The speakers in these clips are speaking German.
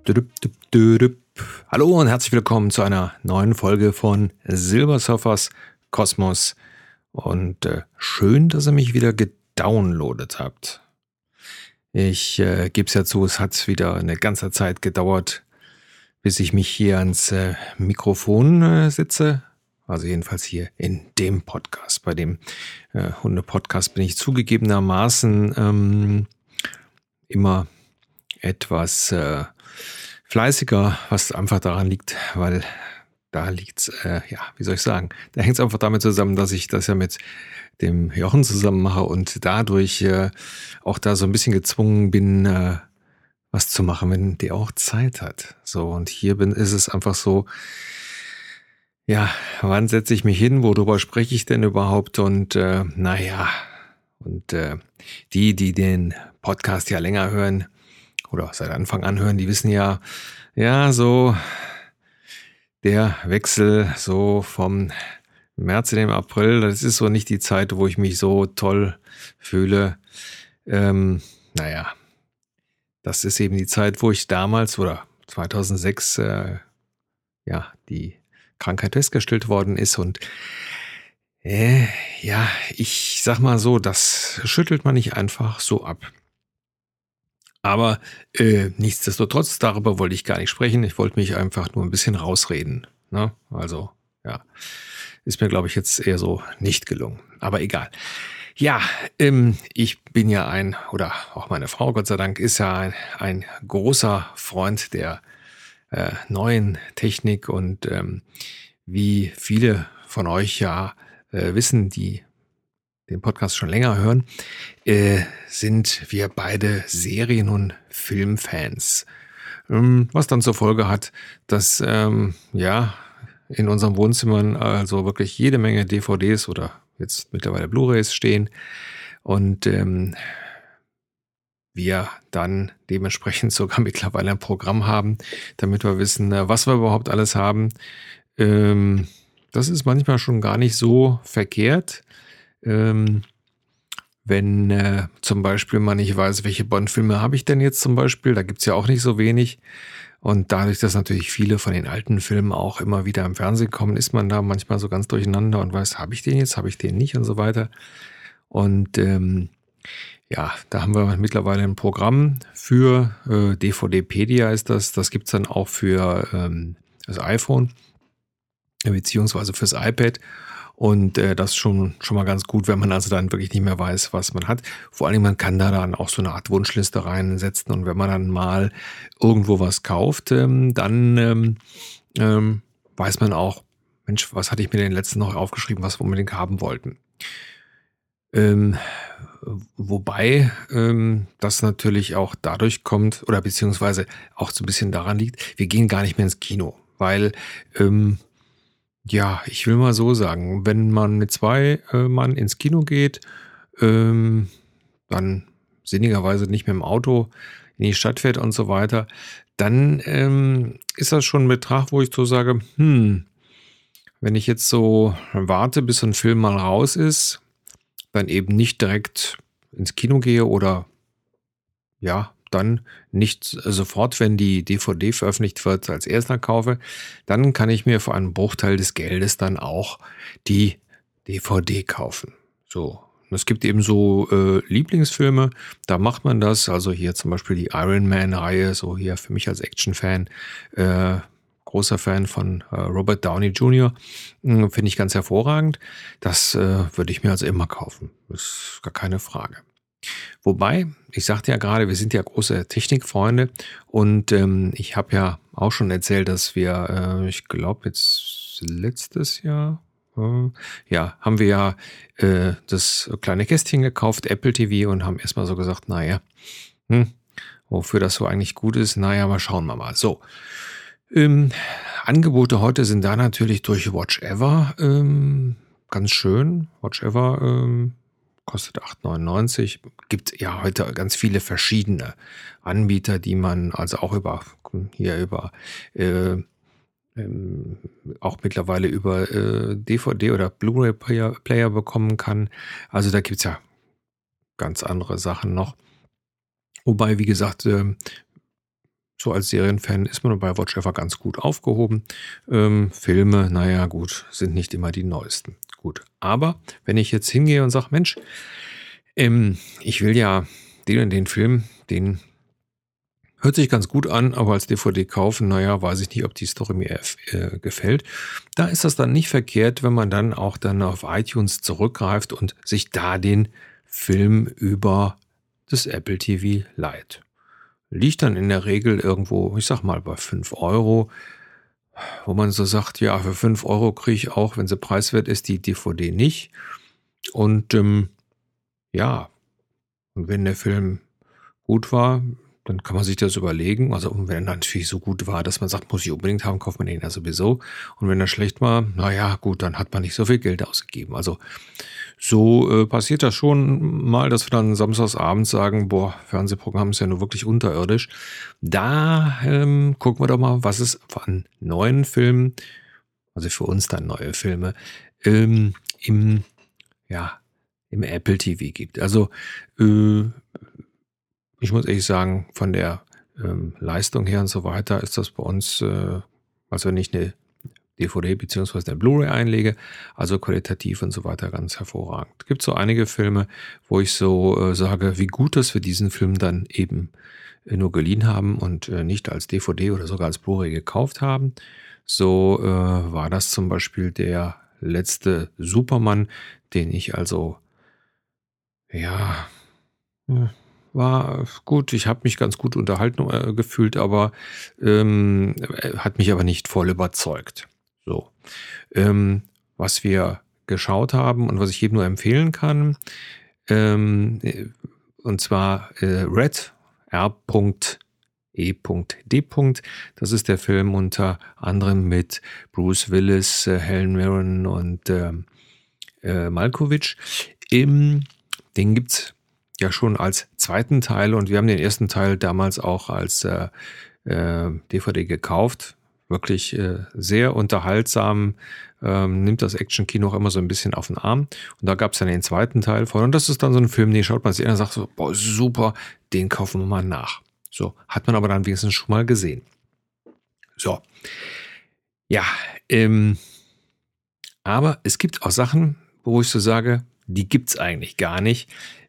Düdüp. Hallo und herzlich willkommen zu einer neuen Folge von Silbersurfers Kosmos. Und schön, dass ihr mich wieder gedownloadet habt. Ich gebe es ja zu, es hat wieder eine ganze Zeit gedauert, bis ich mich hier ans Mikrofon setze. Also jedenfalls hier in dem Podcast. Bei dem Hunde-Podcast bin ich zugegebenermaßen immer etwas fleißiger, was einfach daran liegt, weil da liegt's, wie soll ich sagen, da hängt es einfach damit zusammen, dass ich das ja mit dem Jochen zusammen mache und dadurch auch da so ein bisschen gezwungen bin, was zu machen, wenn der auch Zeit hat. So, und hier ist es einfach so, ja, wann setze ich mich hin, worüber spreche ich denn überhaupt? Und die den Podcast ja länger hören oder seit Anfang an hören, die wissen ja, so der Wechsel so vom März in den April, das ist so nicht die Zeit, wo ich mich so toll fühle. Das ist eben die Zeit, wo ich damals oder 2006 die Krankheit festgestellt worden ist und ich sag mal so, das schüttelt man nicht einfach so ab. Aber nichtsdestotrotz, darüber wollte ich gar nicht sprechen. Ich wollte mich einfach nur ein bisschen rausreden. Ne? Also, ja, ist mir, glaube ich, jetzt eher so nicht gelungen. Aber egal. Ja, ich bin ja oder auch meine Frau, Gott sei Dank, ist ja ein großer Freund der neuen Technik und wie viele von euch ja wissen, die den Podcast schon länger hören, sind wir beide Serien- und Filmfans. Was dann zur Folge hat, dass in unseren Wohnzimmern also wirklich jede Menge DVDs oder jetzt mittlerweile Blu-rays stehen und wir dann dementsprechend sogar mittlerweile ein Programm haben, damit wir wissen, was wir überhaupt alles haben. Das ist manchmal schon gar nicht so verkehrt. Wenn zum Beispiel man nicht weiß, welche Bond-Filme habe ich denn jetzt zum Beispiel, da gibt's ja auch nicht so wenig. Und dadurch, dass natürlich viele von den alten Filmen auch immer wieder im Fernsehen kommen, ist man da manchmal so ganz durcheinander und weiß, habe ich den jetzt, habe ich den nicht und so weiter. Und da haben wir mittlerweile ein Programm für DVDpedia ist das. Das gibt's dann auch für das iPhone beziehungsweise fürs iPad. Und das ist schon mal ganz gut, wenn man also dann wirklich nicht mehr weiß, was man hat. Vor allem, man kann da dann auch so eine Art Wunschliste reinsetzen. Und wenn man dann mal irgendwo was kauft, dann weiß man auch, Mensch, was hatte ich mir den letzten noch aufgeschrieben, was wir unbedingt haben wollten. Wobei das natürlich auch dadurch kommt, oder beziehungsweise auch so ein bisschen daran liegt, wir gehen gar nicht mehr ins Kino, weil ich will mal so sagen, wenn man mit 2 Mann ins Kino geht, dann sinnigerweise nicht mit dem Auto in die Stadt fährt und so weiter, dann ist das schon ein Betrag, wo ich so sage, wenn ich jetzt so warte, bis so ein Film mal raus ist, dann eben nicht direkt ins Kino gehe oder dann nicht sofort, wenn die DVD veröffentlicht wird, als erster kaufe, dann kann ich mir für einen Bruchteil des Geldes dann auch die DVD kaufen. So. Und es gibt eben so Lieblingsfilme, da macht man das, also hier zum Beispiel die Iron Man-Reihe, so hier für mich als Action-Fan, großer Fan von Robert Downey Jr., finde ich ganz hervorragend. Das würde ich mir also immer kaufen, das ist gar keine Frage. Wobei, ich sagte ja gerade, wir sind ja große Technikfreunde und ich habe ja auch schon erzählt, dass wir, ich glaube jetzt letztes Jahr, haben wir ja das kleine Kästchen gekauft, Apple TV, und haben erstmal so gesagt, wofür das so eigentlich gut ist, mal schauen wir mal. So, Angebote heute sind da natürlich durch Watch Ever ganz schön. Watch Ever kostet 8,99. Gibt ja heute ganz viele verschiedene Anbieter, die man also auch auch mittlerweile über DVD oder Blu-ray-Player bekommen kann. Also da gibt's ja ganz andere Sachen noch. Wobei, wie gesagt, So als Serienfan ist man bei Watch Ever ganz gut aufgehoben. Filme, naja, gut, sind nicht immer die neuesten. Gut, aber wenn ich jetzt hingehe und sage, Mensch, ich will ja den und den Film, den hört sich ganz gut an, aber als DVD kaufen, naja, weiß ich nicht, ob die Story mir gefällt. Da ist das dann nicht verkehrt, wenn man dann auch dann auf iTunes zurückgreift und sich da den Film über das Apple TV leiht. Liegt dann in der Regel irgendwo, ich sag mal, bei 5 Euro, wo man so sagt, ja, für 5 Euro kriege ich auch, wenn sie preiswert ist, die DVD nicht. Und ja, und wenn der Film gut war, dann kann man sich das überlegen. Also und wenn er natürlich so gut war, dass man sagt, muss ich unbedingt haben, kauft man den ja sowieso. Und wenn er schlecht war, naja, gut, dann hat man nicht so viel Geld ausgegeben. Also so passiert das schon mal, dass wir dann samstags abends sagen, boah, Fernsehprogramm ist ja nur wirklich unterirdisch. Da gucken wir doch mal, was es an neuen Filmen, also für uns dann neue Filme, im, ja, im Apple TV gibt. Also ich muss ehrlich sagen, von der Leistung her und so weiter ist das bei uns, also wenn ich eine DVD bzw. eine Blu-ray einlege, also qualitativ und so weiter ganz hervorragend. Es gibt so einige Filme, wo ich so sage, wie gut, dass wir diesen Film dann eben nur geliehen haben und nicht als DVD oder sogar als Blu-ray gekauft haben. So war das zum Beispiel der letzte Superman, den ich also, ja, war gut. Ich habe mich ganz gut unterhalten gefühlt, aber hat mich aber nicht voll überzeugt. So. Was wir geschaut haben und was ich jedem nur empfehlen kann, und zwar Red, R.E.D. Das ist der Film unter anderem mit Bruce Willis, Helen Mirren und Malkovich. Den gibt's ja schon als zweiten Teil und wir haben den ersten Teil damals auch als DVD gekauft. Wirklich sehr unterhaltsam, nimmt das Action-Kino auch immer so ein bisschen auf den Arm. Und da gab es dann den zweiten Teil von. Und das ist dann so ein Film, den schaut man sich an und sagt so, boah, super, den kaufen wir mal nach. So, hat man aber dann wenigstens schon mal gesehen. So, ja, aber es gibt auch Sachen, wo ich so sage, die gibt's eigentlich gar nicht.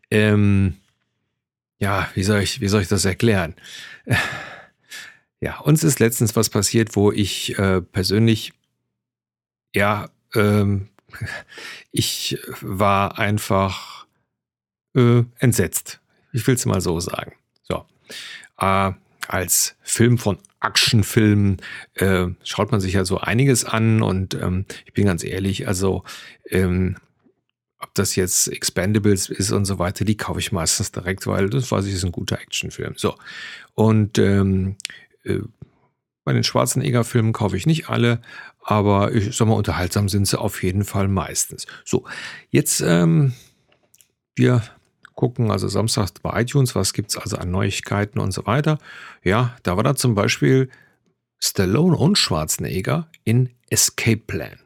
Ja, wie soll ich das erklären? Ja, uns ist letztens was passiert, wo ich persönlich, ja, ich war einfach entsetzt. Ich will es mal so sagen. So, als Film von Actionfilmen schaut man sich ja so einiges an und ich bin ganz ehrlich, also ob das jetzt Expendables ist und so weiter, die kaufe ich meistens direkt, weil das weiß ich, ist ein guter Actionfilm. So, und bei den Schwarzenegger-Filmen kaufe ich nicht alle, aber ich sag mal, unterhaltsam sind sie auf jeden Fall meistens. So, jetzt wir gucken also samstags bei iTunes, was gibt's also an Neuigkeiten und so weiter. Ja, da war da zum Beispiel Stallone und Schwarzenegger in Escape Plan.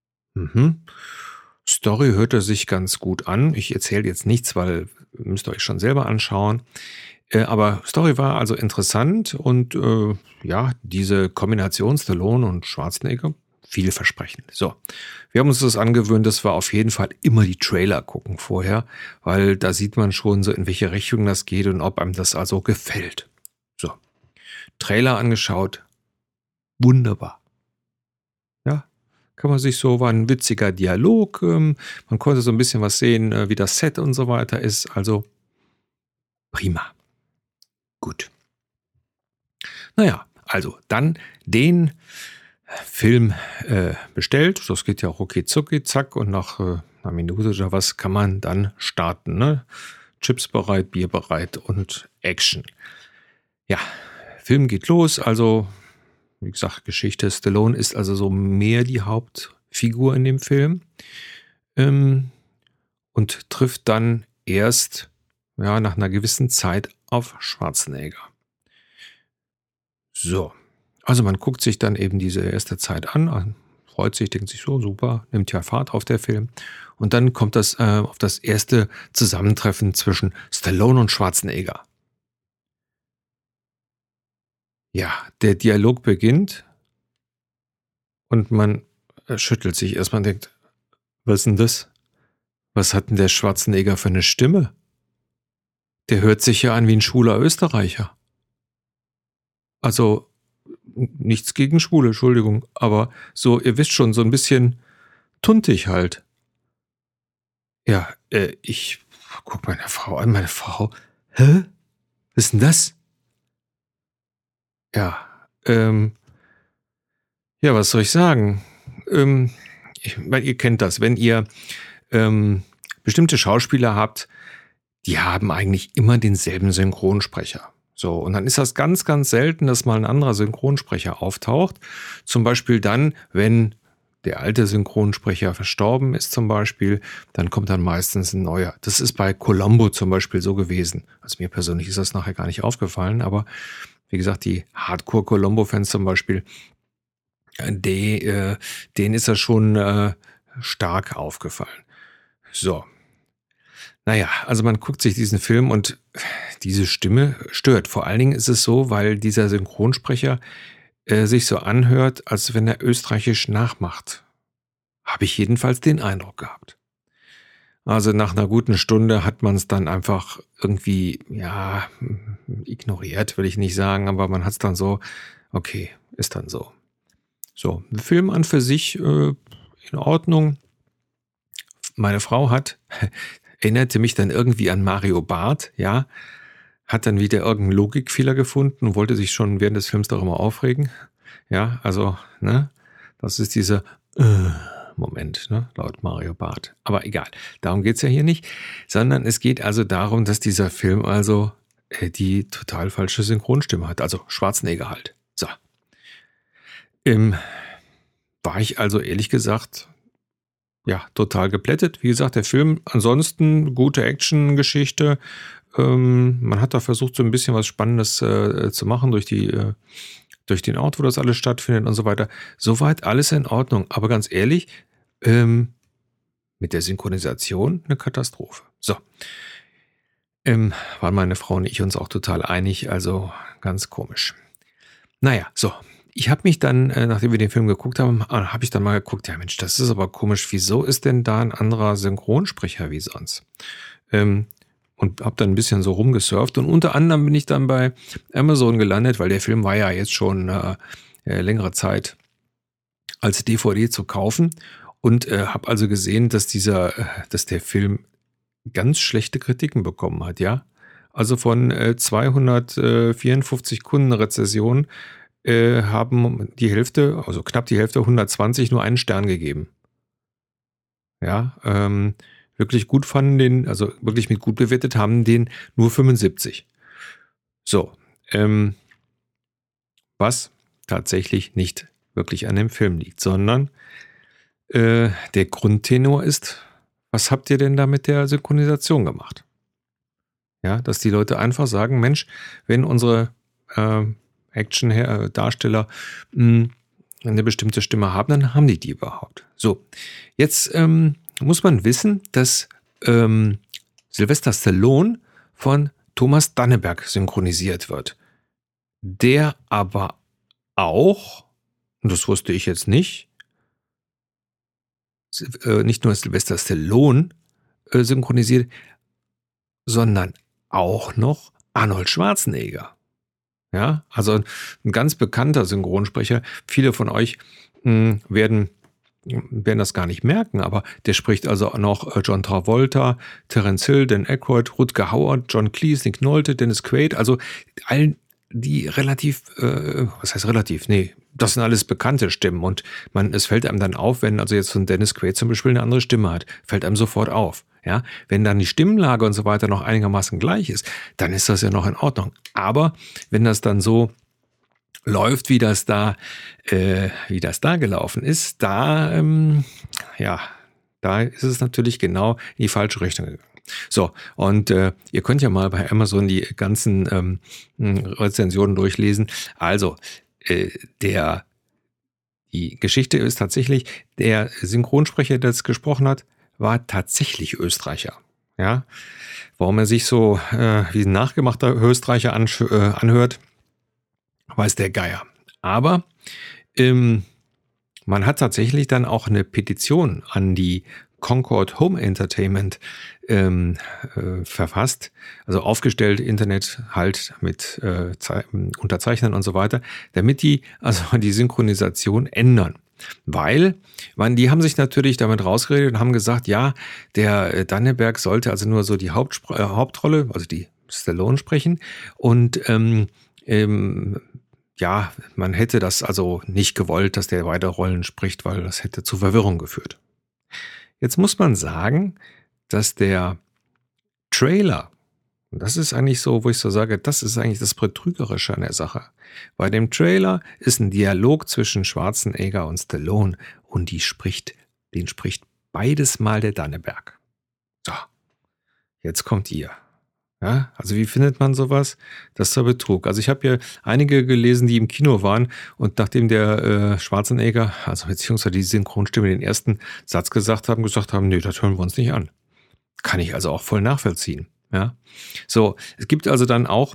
Story hörte sich ganz gut an. Ich erzähle jetzt nichts, weil müsst ihr euch schon selber anschauen. Aber Story war also interessant und ja, diese Kombination Stallone und Schwarzenegger, vielversprechend. So, wir haben uns das angewöhnt, dass wir auf jeden Fall immer die Trailer gucken vorher, weil da sieht man schon so, in welche Richtung das geht und ob einem das also gefällt. So, Trailer angeschaut, wunderbar. Ja, kann man sich so, war ein witziger Dialog, man konnte so ein bisschen was sehen, wie das Set und so weiter ist, also prima. Gut. Naja, also dann den Film bestellt. Das geht ja rucki zucki zack und nach einer Minute oder was kann man dann starten. Ne? Chips bereit, Bier bereit und Action. Ja, Film geht los. Also, wie gesagt, Geschichte. Stallone ist also so mehr die Hauptfigur in dem Film und trifft dann erst ja, nach einer gewissen Zeit auf Schwarzenegger. So, also man guckt sich dann eben diese erste Zeit an, freut sich, denkt sich so, super, nimmt ja Fahrt auf der Film. Und dann kommt das auf das erste Zusammentreffen zwischen Stallone und Schwarzenegger. Ja, der Dialog beginnt und man schüttelt sich erst. Man denkt, was ist denn das? Was hat denn der Schwarzenegger für eine Stimme? Der hört sich ja an wie ein schwuler Österreicher. Also, nichts gegen Schwule, Entschuldigung, aber so, ihr wisst schon, so ein bisschen tuntig halt. Ja, ich guck meine Frau an, meine Frau, hä? Was ist denn das? Ja, ja, was soll ich sagen? Weil ihr kennt das, wenn ihr bestimmte Schauspieler habt, die haben eigentlich immer denselben Synchronsprecher. So, und dann ist das ganz, ganz selten, dass mal ein anderer Synchronsprecher auftaucht. Zum Beispiel dann, wenn der alte Synchronsprecher verstorben ist zum Beispiel, dann kommt dann meistens ein neuer. Das ist bei Columbo zum Beispiel so gewesen. Also mir persönlich ist das nachher gar nicht aufgefallen, aber wie gesagt, die Hardcore-Columbo-Fans zum Beispiel, denen ist das schon stark aufgefallen. So. Naja, also man guckt sich diesen Film und diese Stimme stört. Vor allen Dingen ist es so, weil dieser Synchronsprecher sich so anhört, als wenn er österreichisch nachmacht. Habe ich jedenfalls den Eindruck gehabt. Also nach einer guten Stunde hat man es dann einfach irgendwie, ja, ignoriert, will ich nicht sagen, aber man hat es dann so, okay, ist dann so. So, der Film an für sich in Ordnung. Meine Frau erinnerte mich dann irgendwie an Mario Barth, ja, hat dann wieder irgendeinen Logikfehler gefunden und wollte sich schon während des Films darüber aufregen. Ja, also, ne, das ist dieser Moment, ne, laut Mario Barth. Aber egal, darum geht's ja hier nicht, sondern es geht also darum, dass dieser Film also die total falsche Synchronstimme hat, also Schwarzenegger halt. So. War ich also ehrlich gesagt, ja, total geplättet. Wie gesagt, der Film ansonsten gute Action-Geschichte. Man hat da versucht, so ein bisschen was Spannendes zu machen durch den Ort, wo das alles stattfindet und so weiter. Soweit alles in Ordnung. Aber ganz ehrlich, mit der Synchronisation eine Katastrophe. So. Waren meine Frau und ich uns auch total einig, also ganz komisch. Naja, so. Ich habe mich dann, nachdem wir den Film geguckt haben, habe ich dann mal geguckt, ja Mensch, das ist aber komisch, wieso ist denn da ein anderer Synchronsprecher wie sonst? Und habe dann ein bisschen so rumgesurft und unter anderem bin ich dann bei Amazon gelandet, weil der Film war ja jetzt schon längere Zeit als DVD zu kaufen und habe also gesehen, dass der Film ganz schlechte Kritiken bekommen hat, ja. Also von 254 Kundenrezensionen haben die Hälfte, also knapp die Hälfte, 120 nur einen Stern gegeben. Ja, wirklich gut fanden den, also wirklich mit gut bewertet haben den nur 75. So, was tatsächlich nicht wirklich an dem Film liegt, sondern der Grundtenor ist, was habt ihr denn da mit der Synchronisation gemacht? Ja, dass die Leute einfach sagen, Mensch, wenn unsere Action-Darsteller eine bestimmte Stimme haben, dann haben die überhaupt. So, jetzt muss man wissen, dass Sylvester Stallone von Thomas Danneberg synchronisiert wird. Der aber auch, und das wusste ich jetzt nicht nur Sylvester Stallone synchronisiert, sondern auch noch Arnold Schwarzenegger. Ja, also ein ganz bekannter Synchronsprecher. Viele von euch werden das gar nicht merken, aber der spricht also auch noch John Travolta, Terence Hill, Dan Aykroyd, Rutger Hauer, John Cleese, Nick Nolte, Dennis Quaid, also allen, die relativ, was heißt relativ? Nee, das sind alles bekannte Stimmen und es fällt einem dann auf, wenn also jetzt so ein Dennis Quaid zum Beispiel eine andere Stimme hat, fällt einem sofort auf. Ja, wenn dann die Stimmlage und so weiter noch einigermaßen gleich ist, dann ist das ja noch in Ordnung. Aber wenn das dann so läuft, wie das da gelaufen ist, da ist es natürlich genau in die falsche Richtung gegangen. So, und ihr könnt ja mal bei Amazon die ganzen Rezensionen durchlesen. Also, die Geschichte ist tatsächlich, der Synchronsprecher, der das gesprochen hat, war tatsächlich Österreicher. Ja, warum er sich so wie ein nachgemachter Österreicher anhört, weiß der Geier. Aber ähm, man hat tatsächlich dann auch eine Petition an die Concord Home Entertainment verfasst, also aufgestellt, Internet halt mit Unterzeichnern und so weiter, damit die also die Synchronisation ändern. Weil, die haben sich natürlich damit rausgeredet und haben gesagt, ja, der Danneberg sollte also nur so die Hauptrolle, also die Stallone sprechen und ja, man hätte das also nicht gewollt, dass der beide Rollen spricht, weil das hätte zu Verwirrung geführt. Jetzt muss man sagen, dass der Trailer, und das ist eigentlich so, wo ich so sage, das ist eigentlich das Betrügerische an der Sache. Bei dem Trailer ist ein Dialog zwischen Schwarzenegger und Stallone und den spricht beides mal der Danneberg. So, jetzt kommt ihr. Ja, also wie findet man sowas? Das ist der Betrug. Also ich habe ja einige gelesen, die im Kino waren und nachdem der Schwarzenegger, also beziehungsweise die Synchronstimme den ersten Satz gesagt haben, nee, das hören wir uns nicht an. Kann ich also auch voll nachvollziehen. Ja, so, es gibt also dann auch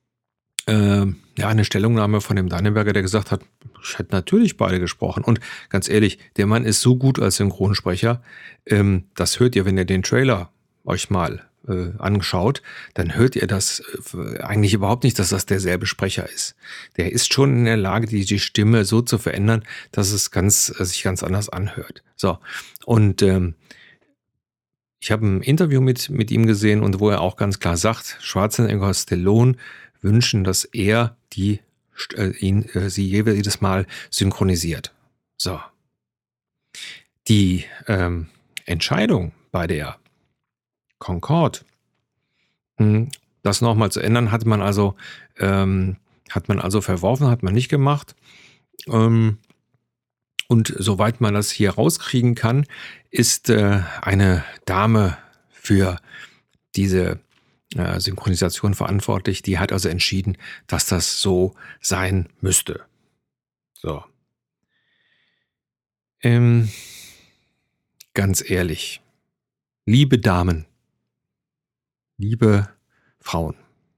eine Stellungnahme von dem Danneberger, der gesagt hat, ich hätte natürlich beide gesprochen. Und ganz ehrlich, der Mann ist so gut als Synchronsprecher, das hört ihr, wenn ihr den Trailer euch mal anschaut, dann hört ihr das eigentlich überhaupt nicht, dass das derselbe Sprecher ist. Der ist schon in der Lage, die Stimme so zu verändern, dass es sich ganz anders anhört. So, und ich habe ein Interview mit ihm gesehen und wo er auch ganz klar sagt, Schwarzenegger und Stallone wünschen, dass er sie jedes Mal synchronisiert. So. Die Entscheidung bei der Concorde, das nochmal zu ändern, hat man also verworfen, hat man nicht gemacht. Und soweit man das hier rauskriegen kann, ist eine Dame für diese Synchronisation verantwortlich. Die hat also entschieden, dass das so sein müsste. So. Ganz ehrlich, liebe Damen, liebe Frauen,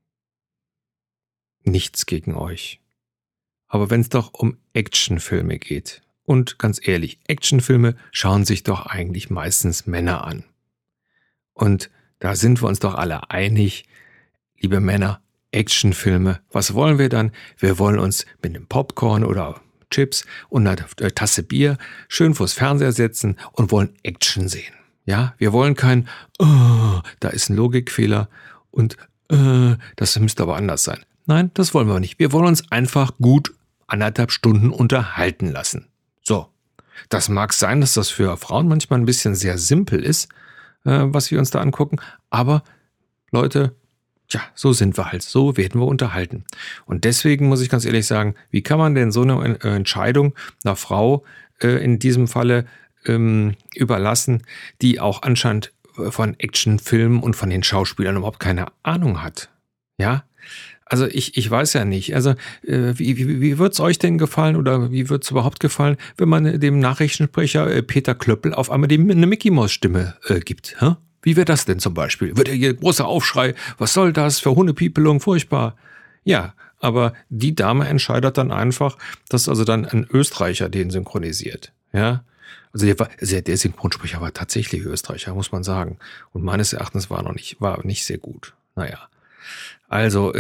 nichts gegen euch. Aber wenn es doch um Actionfilme geht, und ganz ehrlich, Actionfilme schauen sich doch eigentlich meistens Männer an. Und da sind wir uns doch alle einig, liebe Männer, Actionfilme, was wollen wir dann? Wir wollen uns mit einem Popcorn oder Chips und einer Tasse Bier schön vors Fernseher setzen und wollen Action sehen. Ja, wir wollen kein, da ist ein Logikfehler und das müsste aber anders sein. Nein, das wollen wir nicht. Wir wollen uns einfach gut 1,5 Stunden unterhalten lassen. So, das mag sein, dass das für Frauen manchmal ein bisschen sehr simpel ist, was wir uns da angucken, aber Leute, ja, so sind wir halt, so werden wir unterhalten. Und deswegen muss ich ganz ehrlich sagen, wie kann man denn so eine Entscheidung einer Frau in diesem Falle überlassen, die auch anscheinend von Actionfilmen und von den Schauspielern überhaupt keine Ahnung hat? Ja, also ich weiß ja nicht. Also wie wird es euch denn gefallen oder wie wird es überhaupt gefallen, wenn man dem Nachrichtensprecher Peter Klöppel auf einmal eine Mickey-Maus-Stimme gibt? Hä? Wie wäre das denn zum Beispiel? Wird hier großer Aufschrei, was soll das für Hundepiepelung, furchtbar. Ja, aber die Dame entscheidet dann einfach, dass also dann ein Österreicher den synchronisiert. Ja, also der Synchronsprecher war tatsächlich Österreicher, muss man sagen. Und meines Erachtens war nicht sehr gut. Naja, also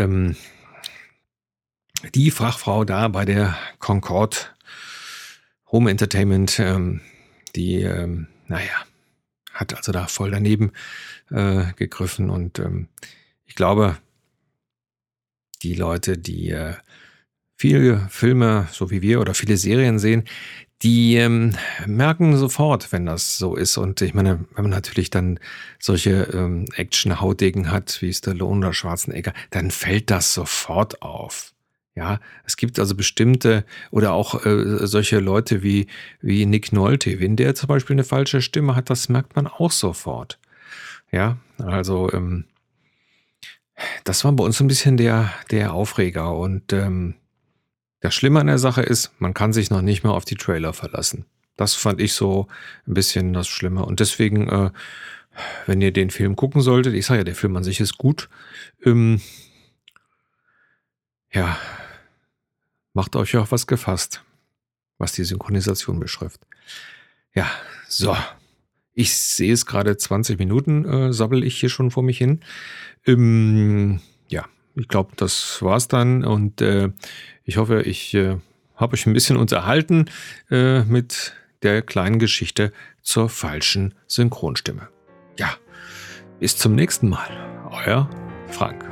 die Fachfrau da bei der Concorde Home Entertainment, die, hat also da voll daneben gegriffen und ich glaube, die Leute, die viele Filme, so wie wir, oder viele Serien sehen, die merken sofort, wenn das so ist. Und ich meine, wenn man natürlich dann solche Action-Haudegen hat, wie Stallone oder Schwarzenegger, dann fällt das sofort auf. Ja, es gibt also bestimmte oder auch solche Leute wie Nick Nolte. Wenn der zum Beispiel eine falsche Stimme hat, das merkt man auch sofort. Ja, also das war bei uns ein bisschen der Aufreger. Und das Schlimme an der Sache ist, man kann sich noch nicht mehr auf die Trailer verlassen. Das fand ich so ein bisschen das Schlimme. Und deswegen, wenn ihr den Film gucken solltet, ich sage ja, der Film an sich ist gut, ja, macht euch auch was gefasst, was die Synchronisation betrifft. Ja, so. Ich sehe es gerade 20 Minuten, sabbel ich hier schon vor mich hin. Ja, ich glaube, das war's dann und ich hoffe, ich habe euch ein bisschen unterhalten mit der kleinen Geschichte zur falschen Synchronstimme. Ja, bis zum nächsten Mal. Euer Frank.